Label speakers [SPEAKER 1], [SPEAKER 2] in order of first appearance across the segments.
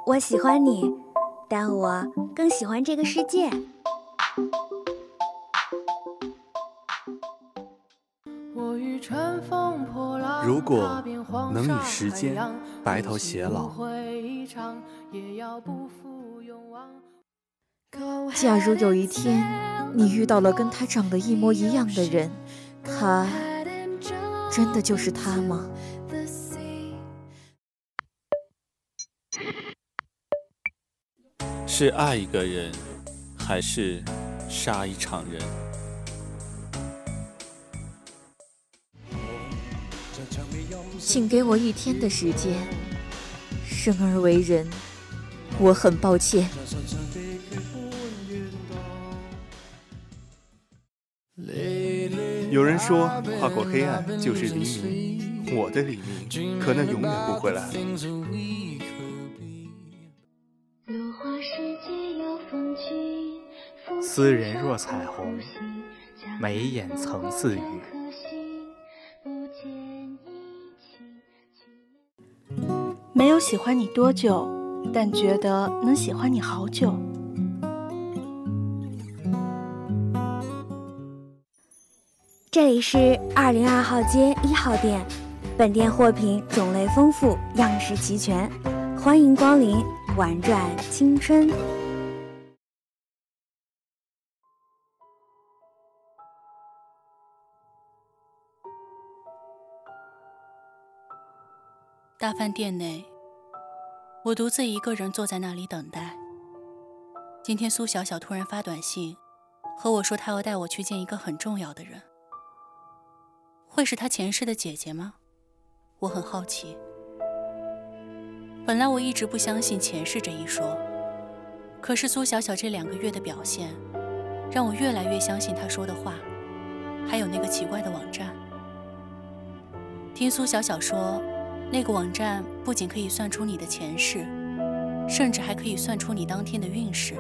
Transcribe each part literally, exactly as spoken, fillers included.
[SPEAKER 1] 我喜欢你，但我更喜欢这个世界。
[SPEAKER 2] 如果能与时间白头偕老，
[SPEAKER 3] 假如有一天你遇到了跟他长得一模一样的人，他真的就是他吗？
[SPEAKER 2] 是爱一个人，还是杀一场人？
[SPEAKER 3] 请给我一天的时间。生而为人，我很抱歉。
[SPEAKER 2] 有人说，跨过黑暗就是黎明，我的黎明可能永远不会来了。
[SPEAKER 4] 斯人若彩虹，眉眼曾似雨。
[SPEAKER 5] 没有喜欢你多久，但觉得能喜欢你好久。
[SPEAKER 1] 这里是二零二号街一号店，本店货品种类丰富，样式齐全，欢迎光临，玩转青春。
[SPEAKER 6] 大饭店内，我独自一个人坐在那里等待。今天苏小小突然发短信和我说，她要带我去见一个很重要的人。会是她前世的姐姐吗？我很好奇。本来我一直不相信前世这一说，可是苏小小这两个月的表现，让我越来越相信她说的话。还有那个奇怪的网站，听苏小小说，那个网站不仅可以算出你的前世，甚至还可以算出你当天的运势。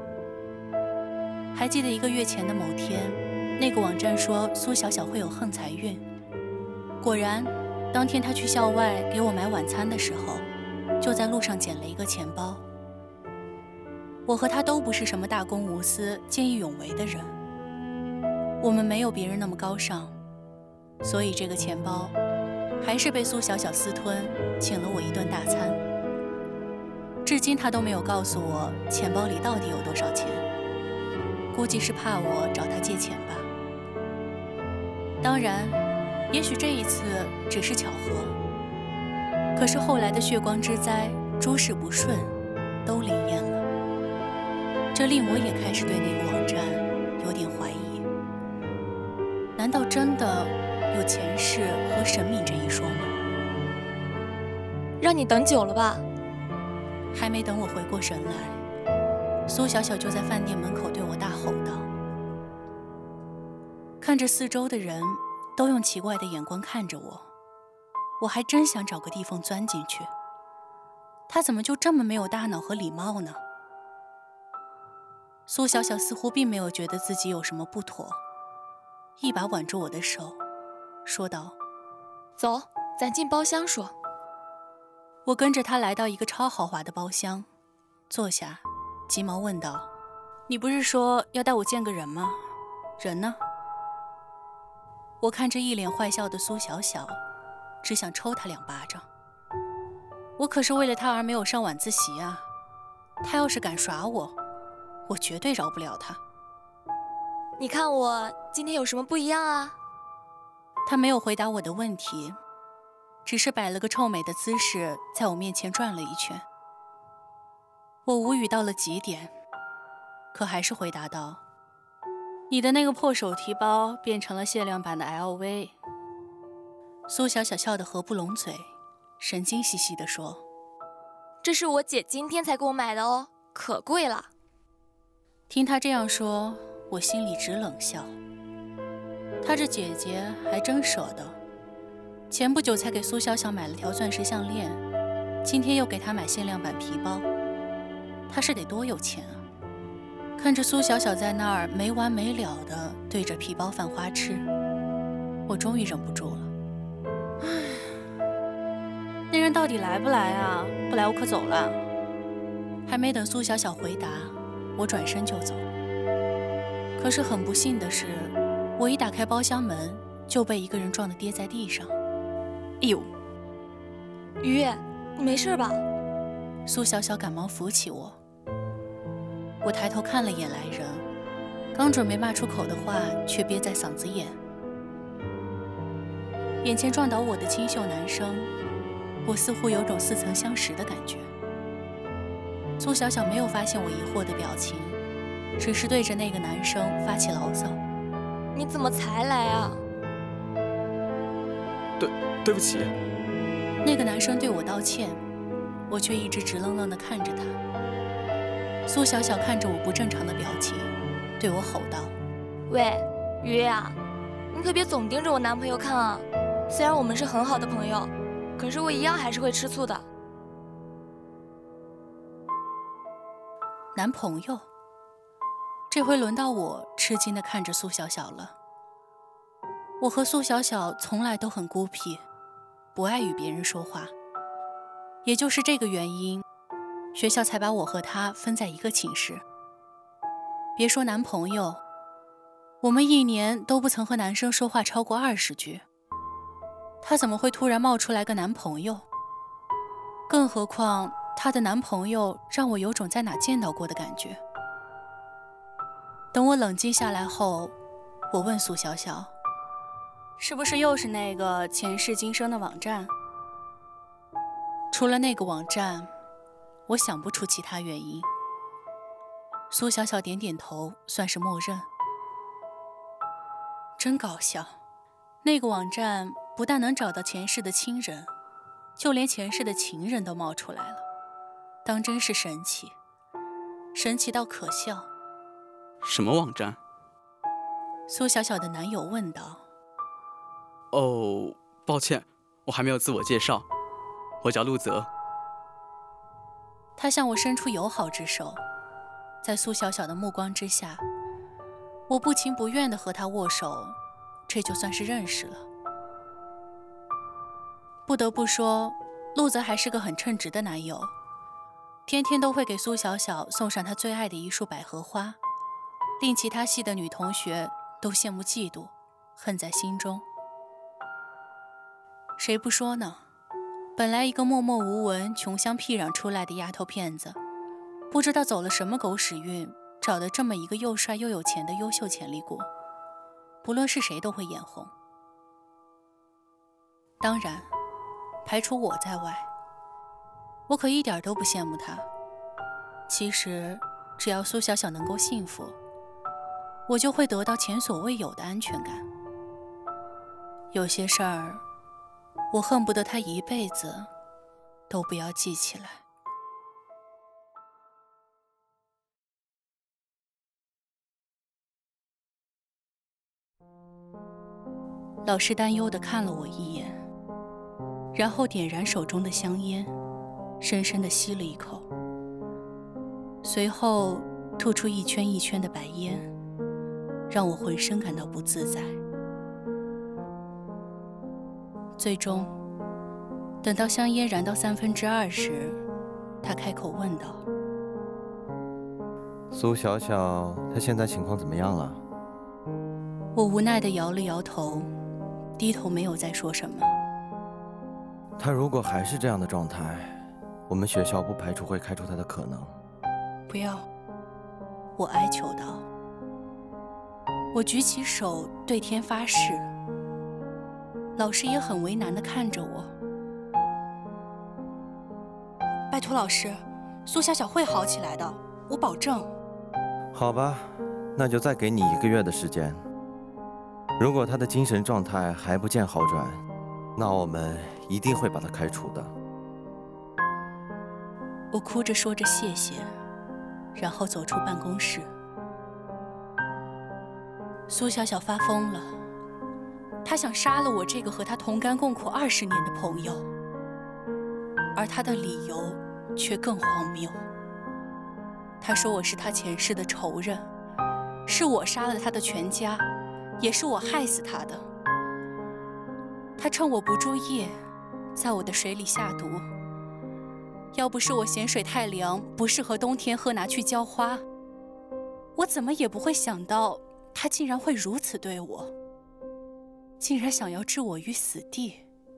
[SPEAKER 6] 还记得一个月前的某天，那个网站说苏小小会有横财运。果然，当天她去校外给我买晚餐的时候，就在路上捡了一个钱包。我和她都不是什么大公无私、见义勇为的人，我们没有别人那么高尚，所以这个钱包还是被苏小小私吞，请了我一顿大餐。至今他都没有告诉我钱包里到底有多少钱，估计是怕我找他借钱吧。当然，也许这一次只是巧合，可是后来的血光之灾、诸事不顺都灵验了，这令我也开始对那个网站有点怀疑。难道真的有前世和神明这一说吗？
[SPEAKER 7] 让你等久了吧？
[SPEAKER 6] 还没等我回过神来，苏小小就在饭店门口对我大吼道。看着四周的人都用奇怪的眼光看着我，我还真想找个地缝钻进去。他怎么就这么没有大脑和礼貌呢？苏小小似乎并没有觉得自己有什么不妥，一把挽住我的手说道：
[SPEAKER 7] 走，咱进包厢说。
[SPEAKER 6] 我跟着他来到一个超豪华的包厢，坐下，急忙问道：你不是说要带我见个人吗？人呢？我看着一脸坏笑的苏小小，只想抽他两巴掌。我可是为了他而没有上晚自习啊，他要是敢耍我，我绝对饶不了他。
[SPEAKER 7] 你看我今天有什么不一样啊？
[SPEAKER 6] 他没有回答我的问题，只是摆了个臭美的姿势在我面前转了一圈。我无语到了极点，可还是回答道：你的那个破手提包变成了限量版的 L V。 苏小小笑得合不拢嘴，神经兮兮地说：
[SPEAKER 7] 这是我姐今天才给我买的哦，可贵了。
[SPEAKER 6] 听她这样说，我心里直冷笑。她这姐姐还真舍得，前不久才给苏小小买了条钻石项链，今天又给她买限量版皮包，她是得多有钱啊！看着苏小小在那儿没完没了的对着皮包犯花痴，我终于忍不住了。唉，那人到底来不来啊？不来我可走了。 还没等苏小小回答，我转身就走。可是很不幸的是，我一打开包厢门，就被一个人撞得跌在地上。哎呦！
[SPEAKER 7] 鱼，你没事吧？
[SPEAKER 6] 苏小小赶忙扶起我。我抬头看了眼来人，刚准备骂出口的话，却憋在嗓子眼。眼前撞倒我的清秀男生，我似乎有种似曾相识的感觉。苏小小没有发现我疑惑的表情，只是对着那个男生发起牢骚：“
[SPEAKER 7] 你怎么才来啊？”
[SPEAKER 4] 对，对不起。
[SPEAKER 6] 那个男生对我道歉，我却一直直愣愣地看着他。苏小小看着我不正常的表情，对我吼道：“
[SPEAKER 7] 喂，鱼呀，你可别总盯着我男朋友看啊！虽然我们是很好的朋友，可是我一样还是会吃醋的。”
[SPEAKER 6] 男朋友？这回轮到我吃惊地看着苏小小了。我和苏小小从来都很孤僻，不爱与别人说话，也就是这个原因，学校才把我和他分在一个寝室。别说男朋友，我们一年都不曾和男生说话超过二十句，他怎么会突然冒出来个男朋友？更何况她的男朋友让我有种在哪见到过的感觉。等我冷静下来后，我问苏小小：“是不是又是那个前世今生的网站？”除了那个网站，我想不出其他原因。苏小小点点头，算是默认。真搞笑，那个网站不但能找到前世的亲人，就连前世的情人都冒出来了，当真是神奇，神奇到可笑。
[SPEAKER 4] 什么网站？
[SPEAKER 6] 苏小小的男友问道。
[SPEAKER 4] 哦，抱歉，我还没有自我介绍，我叫陆泽。
[SPEAKER 6] 他向我伸出友好之手，在苏小小的目光之下，我不情不愿地和他握手，这就算是认识了。不得不说，陆泽还是个很称职的男友，天天都会给苏小小送上他最爱的一束百合花，令其他系的女同学都羡慕嫉妒，恨在心中。谁不说呢？本来一个默默无闻、穷乡僻壤出来的丫头片子，不知道走了什么狗屎运，找的这么一个又帅又有钱的优秀潜力股，不论是谁都会眼红。当然，排除我在外，我可一点都不羡慕他。其实，只要苏小小能够幸福，我就会得到前所未有的安全感。有些事儿，我恨不得他一辈子都不要记起来。老师担忧地看了我一眼，然后点燃手中的香烟，深深地吸了一口，随后吐出一圈一圈的白烟，让我浑身感到不自在。最终，等到香烟燃到三分之二时，他开口问道：“
[SPEAKER 8] 苏小小，她现在情况怎么样了？”
[SPEAKER 6] 我无奈地摇了摇头，低头没有再说什么。
[SPEAKER 8] 她如果还是这样的状态，我们学校不排除会开除她的可能。
[SPEAKER 6] 不要，我哀求道。我举起手对天发誓。老师也很为难地看着我。拜托老师，苏小小会好起来的，我保证。
[SPEAKER 8] 好吧，那就再给你一个月的时间。如果她的精神状态还不见好转，那我们一定会把她开除的。
[SPEAKER 6] 我哭着说着谢谢，然后走出办公室。苏小小发疯了。他想杀了我这个和他同甘共苦二十年的朋友，而他的理由却更荒谬。他说我是他前世的仇人，是我杀了他的全家，也是我害死他的。他趁我不注意，在我的水里下毒， 要不是我嫌水太凉，不适合冬天喝拿去浇花，我怎么也不会想到他竟然会如此对我，竟然想要置我于死地。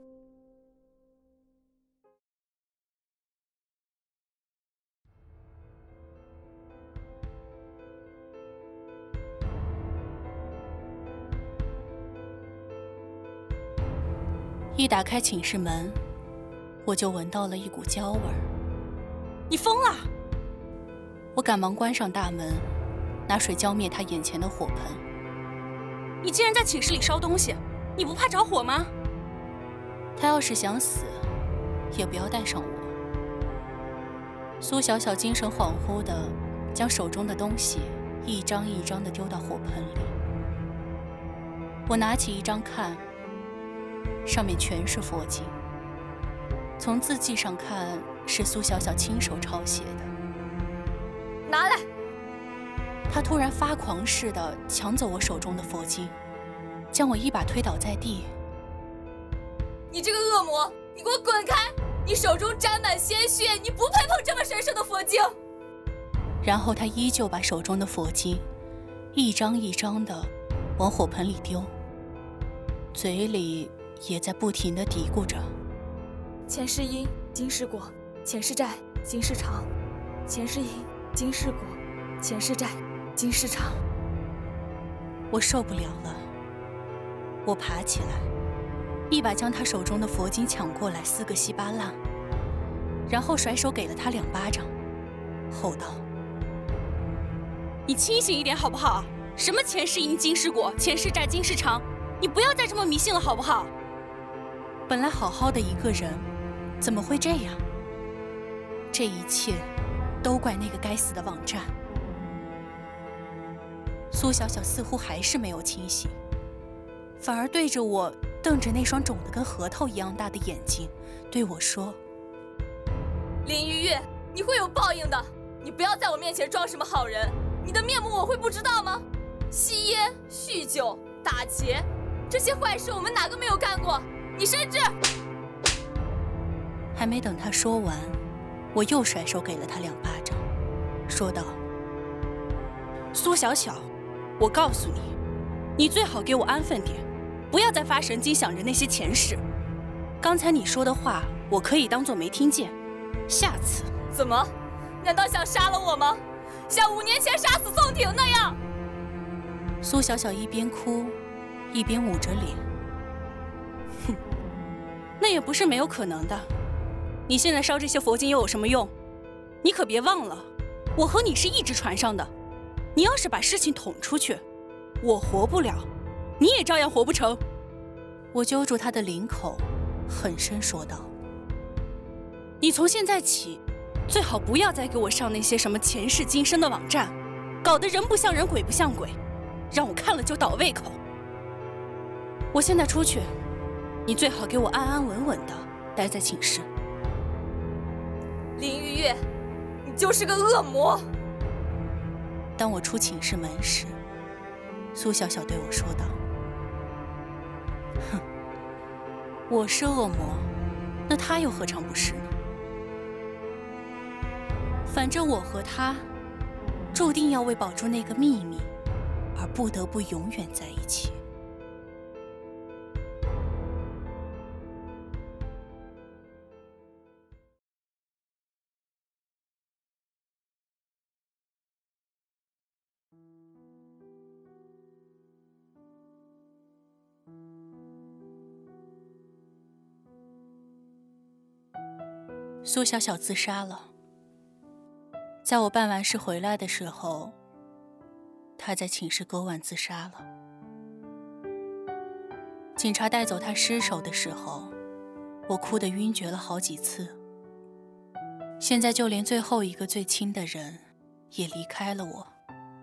[SPEAKER 6] 一打开寝室门，我就闻到了一股焦味儿。你疯了！我赶忙关上大门，拿水浇灭他眼前的火盆。
[SPEAKER 9] 你竟然在寝室里烧东西，你不怕着火吗？
[SPEAKER 6] 他要是想死，也不要带上我。苏小小精神恍惚地将手中的东西一张一张地丢到火盆里。我拿起一张看，上面全是佛经，从字迹上看是苏小小亲手抄写的。
[SPEAKER 7] 拿来！
[SPEAKER 6] 他突然发狂似的抢走我手中的佛经，将我一把推倒在地。
[SPEAKER 7] 你这个恶魔，你给我滚开！你手中沾满鲜血，你不配碰这么神圣的佛经。
[SPEAKER 6] 然后他依旧把手中的佛经一张一张的往火盆里丢，嘴里也在不停地嘀咕着：
[SPEAKER 7] 前世因，今世果；前世债，今世偿；前世因，今世果；前世债，今世偿。
[SPEAKER 6] 我受不了了，我爬起来，一把将他手中的佛经抢过来，撕个稀巴烂，然后甩手给了他两巴掌，吼道：
[SPEAKER 9] 你清醒一点好不好？什么前世因，今世果；前世债，今世偿，你不要再这么迷信了好不好？
[SPEAKER 6] 本来好好的一个人，怎么会这样？这一切都怪那个该死的网站。苏小小似乎还是没有清醒，反而对着我瞪着那双肿得跟核桃一样大的眼睛，对我说：
[SPEAKER 7] 林玉月，你会有报应的，你不要在我面前装什么好人，你的面目我会不知道吗？吸烟、酗酒、打劫，这些坏事我们哪个没有干过？你甚至……
[SPEAKER 6] 还没等他说完，我又甩手给了他两巴掌，说道：
[SPEAKER 9] 苏小小，我告诉你，你最好给我安分点，不要再发神经想着那些前世。刚才你说的话，我可以当作没听见。下次
[SPEAKER 7] 怎么？难道想杀了我吗？像五年前杀死宋婷那样？
[SPEAKER 6] 苏小小一边哭，一边捂着脸。
[SPEAKER 9] 哼，那也不是没有可能的。你现在烧这些佛经又有什么用？你可别忘了，我和你是一只船上的。你要是把事情捅出去，我活不了，你也照样活不成。
[SPEAKER 6] 我揪住他的领口，狠声说道：
[SPEAKER 9] 你从现在起，最好不要再给我上那些什么前世今生的网站，搞得人不像人，鬼不像鬼，让我看了就倒胃口。我现在出去，你最好给我安安稳稳的待在寝室。
[SPEAKER 7] 林玉月，你就是个恶魔。
[SPEAKER 6] 当我出寝室门时，苏小小对我说道：哼，我是恶魔，那他又何尝不是呢？反正我和他注定要为保住那个秘密而不得不永远在一起。苏小小自杀了。在我办完事回来的时候，她在寝室割腕自杀了。警察带走她尸首的时候，我哭得晕厥了好几次。现在就连最后一个最亲的人也离开了我，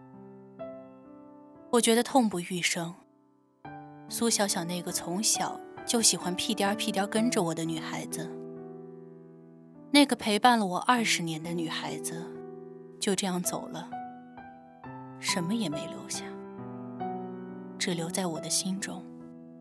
[SPEAKER 6] 我觉得痛不欲生。苏小小那个从小就喜欢屁颠屁颠跟着我的女孩子，那个陪伴了我二十年的女孩子，就这样走了，什么也没留下，只留在我的心中。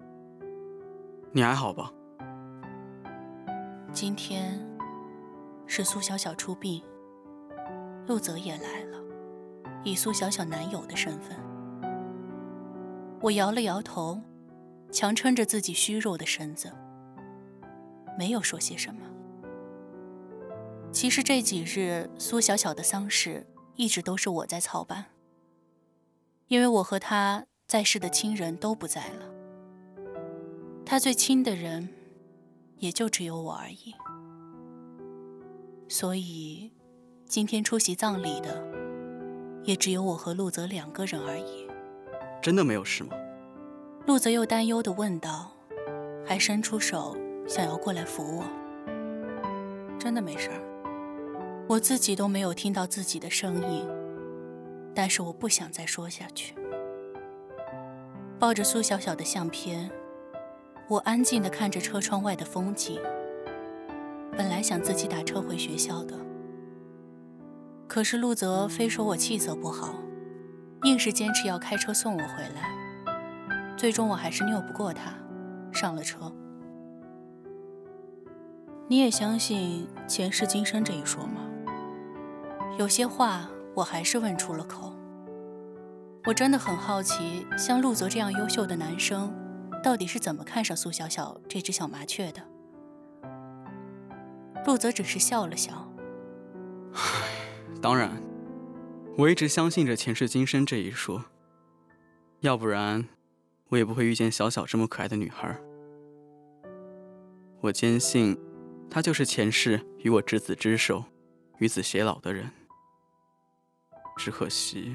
[SPEAKER 4] 你还好吧？
[SPEAKER 6] 今天是苏小小出殡，陆泽也来了，以苏小小男友的身份。我摇了摇头，强撑着自己虚弱的身子，没有说些什么。其实这几日苏小小的丧事一直都是我在操办，因为我和她在世的亲人都不在了，她最亲的人也就只有我而已。所以今天出席葬礼的也只有我和陆泽两个人而已。
[SPEAKER 4] 真的没有事吗？
[SPEAKER 6] 陆泽又担忧地问道，还伸出手想要过来扶我。真的没事儿，我自己都没有听到自己的声音，但是我不想再说下去。抱着苏小小的相片，我安静地看着车窗外的风景。本来想自己打车回学校的，可是陆泽非说我气色不好，硬是坚持要开车送我回来。最终我还是拗不过他，上了车。你也相信前世今生这一说吗？有些话我还是问出了口。我真的很好奇，像陆泽这样优秀的男生，到底是怎么看上苏小小这只小麻雀的？陆泽只是笑了笑。
[SPEAKER 4] 当然，我一直相信着前世今生这一说，要不然我也不会遇见小小这么可爱的女孩。我坚信她就是前世与我执子之手，与子偕老的人。只可惜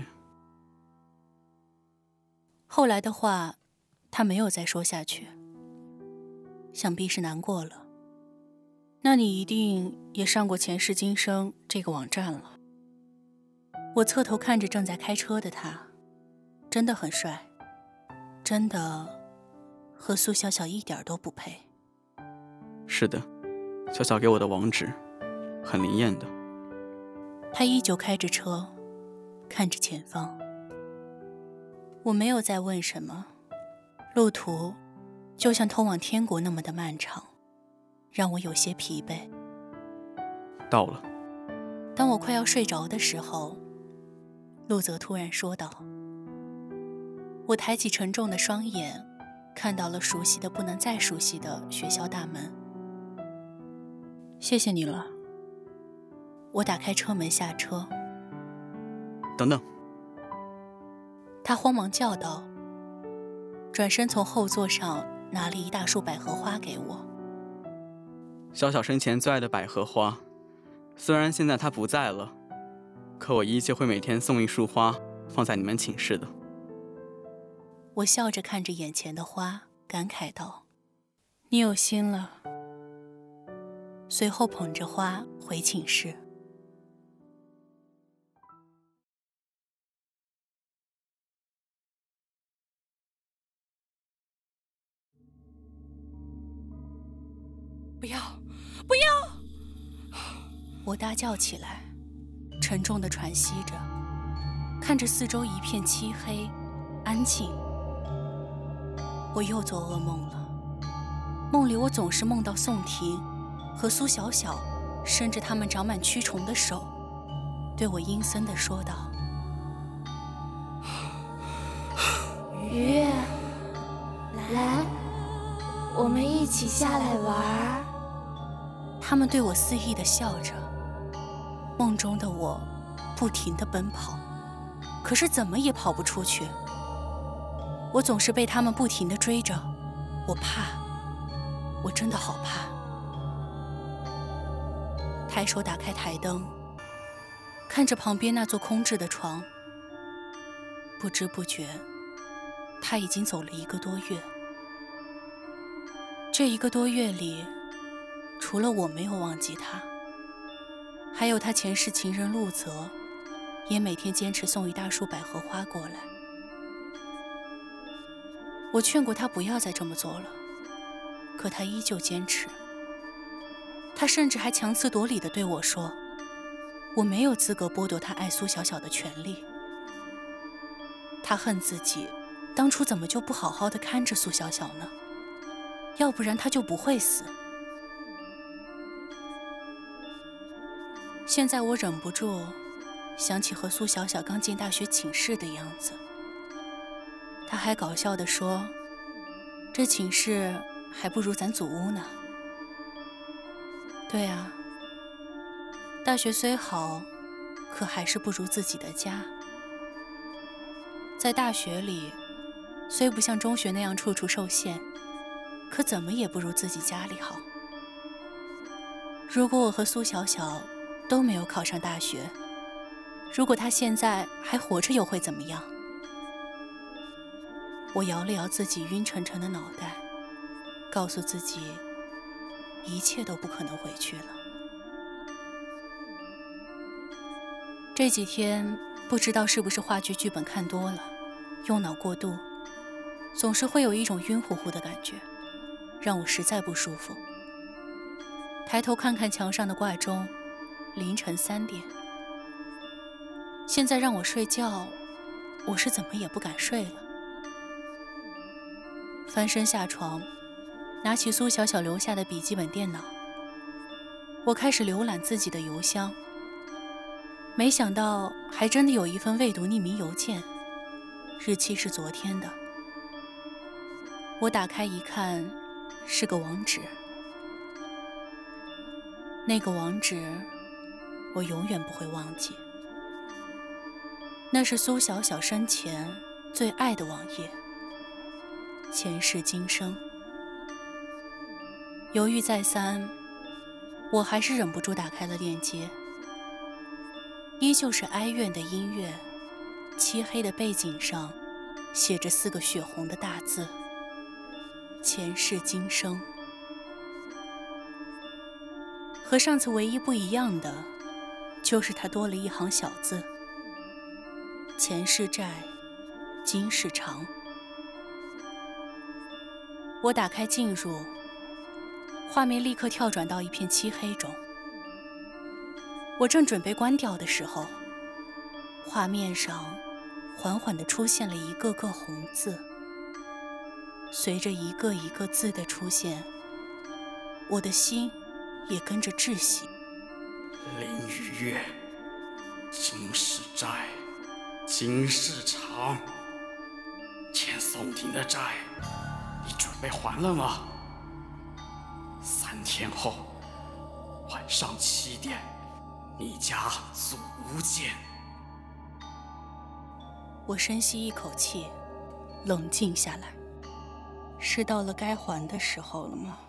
[SPEAKER 6] 后来的话他没有再说下去，想必是难过了。那你一定也上过前世今生这个网站了。我侧头看着正在开车的他，真的很帅，真的和苏小小一点都不配。
[SPEAKER 4] 是的，小小给我的网址很灵验的。
[SPEAKER 6] 他依旧开着车，看着前方。我没有再问什么，路途就像通往天国那么的漫长，让我有些疲惫。
[SPEAKER 4] 到了。
[SPEAKER 6] 当我快要睡着的时候，陆泽突然说道。我抬起沉重的双眼，看到了熟悉的不能再熟悉的学校大门。谢谢你了。我打开车门下车。
[SPEAKER 4] 等等。
[SPEAKER 6] 他慌忙叫道，转身从后座上拿了一大束百合花给我。
[SPEAKER 4] 小小生前最爱的百合花，虽然现在她不在了，可我依旧会每天送一束花放在你们寝室的。
[SPEAKER 6] 我笑着看着眼前的花，感慨道，你有心了。随后捧着花回寝室。不要，不要！我大叫起来，沉重地喘息着，看着四周一片漆黑安静。我又做噩梦了，梦里我总是梦到宋婷和苏小小伸着他们长满蛆虫的手，对我阴森地说道，
[SPEAKER 10] 雨月，来，我们一起下来玩。
[SPEAKER 6] 他们对我肆意地笑着，梦中的我不停地奔跑，可是怎么也跑不出去。我总是被他们不停地追着，我怕，我真的好怕。抬手打开台灯，看着旁边那座空置的床，不知不觉他已经走了一个多月。这一个多月里，除了我没有忘记他，还有他前世情人陆泽，也每天坚持送一大束百合花过来。我劝过他不要再这么做了，可他依旧坚持。他甚至还强词夺理地对我说，我没有资格剥夺他爱苏小小的权利。他恨自己当初怎么就不好好的看着苏小小呢？要不然他就不会死。 现在我忍不住想起和苏小小刚进大学寝室的样子。她还搞笑地说，这寝室还不如咱祖屋呢。对啊，大学虽好，可还是不如自己的家。在大学里，虽不像中学那样处处受限，可怎么也不如自己家里好。如果我和苏小小都没有考上大学，如果她现在还活着又会怎么样？我摇了摇自己晕沉沉的脑袋，告诉自己，一切都不可能回去了。这几天不知道是不是话剧剧本看多了，用脑过度，总是会有一种晕乎乎的感觉，让我实在不舒服。抬头看看墙上的挂钟，凌晨三点。现在让我睡觉，我是怎么也不敢睡了。翻身下床，拿起苏小小留下的笔记本电脑，我开始浏览自己的邮箱。没想到还真的有一份未读匿名邮件，日期是昨天的。我打开一看，是个网址。那个网址我永远不会忘记，那是苏小小生前最爱的网页，前世今生。犹豫再三，我还是忍不住打开了链接。依旧是哀怨的音乐，漆黑的背景上写着四个血红的大字：前世今生。和上次唯一不一样的，就是它多了一行小字：前世债，今世偿。我打开进入，画面立刻跳转到一片漆黑中。我正准备关掉的时候，画面上缓缓地出现了一个个红字。随着一个一个字的出现，我的心也跟着窒息。
[SPEAKER 4] 林雨月，今世债，今世偿。欠宋婷的债，你准备还了吗？三天后，晚上七点，你家祖屋见。
[SPEAKER 6] 我深吸一口气，冷静下来。是到了该还的时候了吗？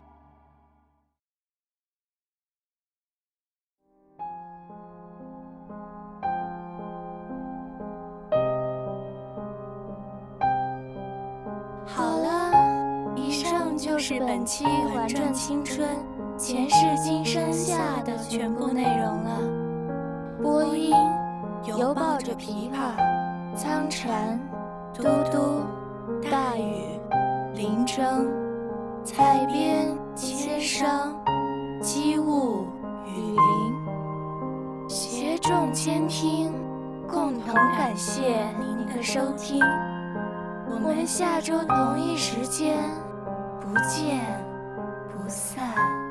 [SPEAKER 10] 好了，以上就是本期《玩转青春前世今生》下的全部内容了。播音：犹抱着琵琶、苍蝉、嘟嘟、大雨、林征、采编、千商、机务、雨林，协众监听，共同感谢您的收听。我们下周同一时间不见不散。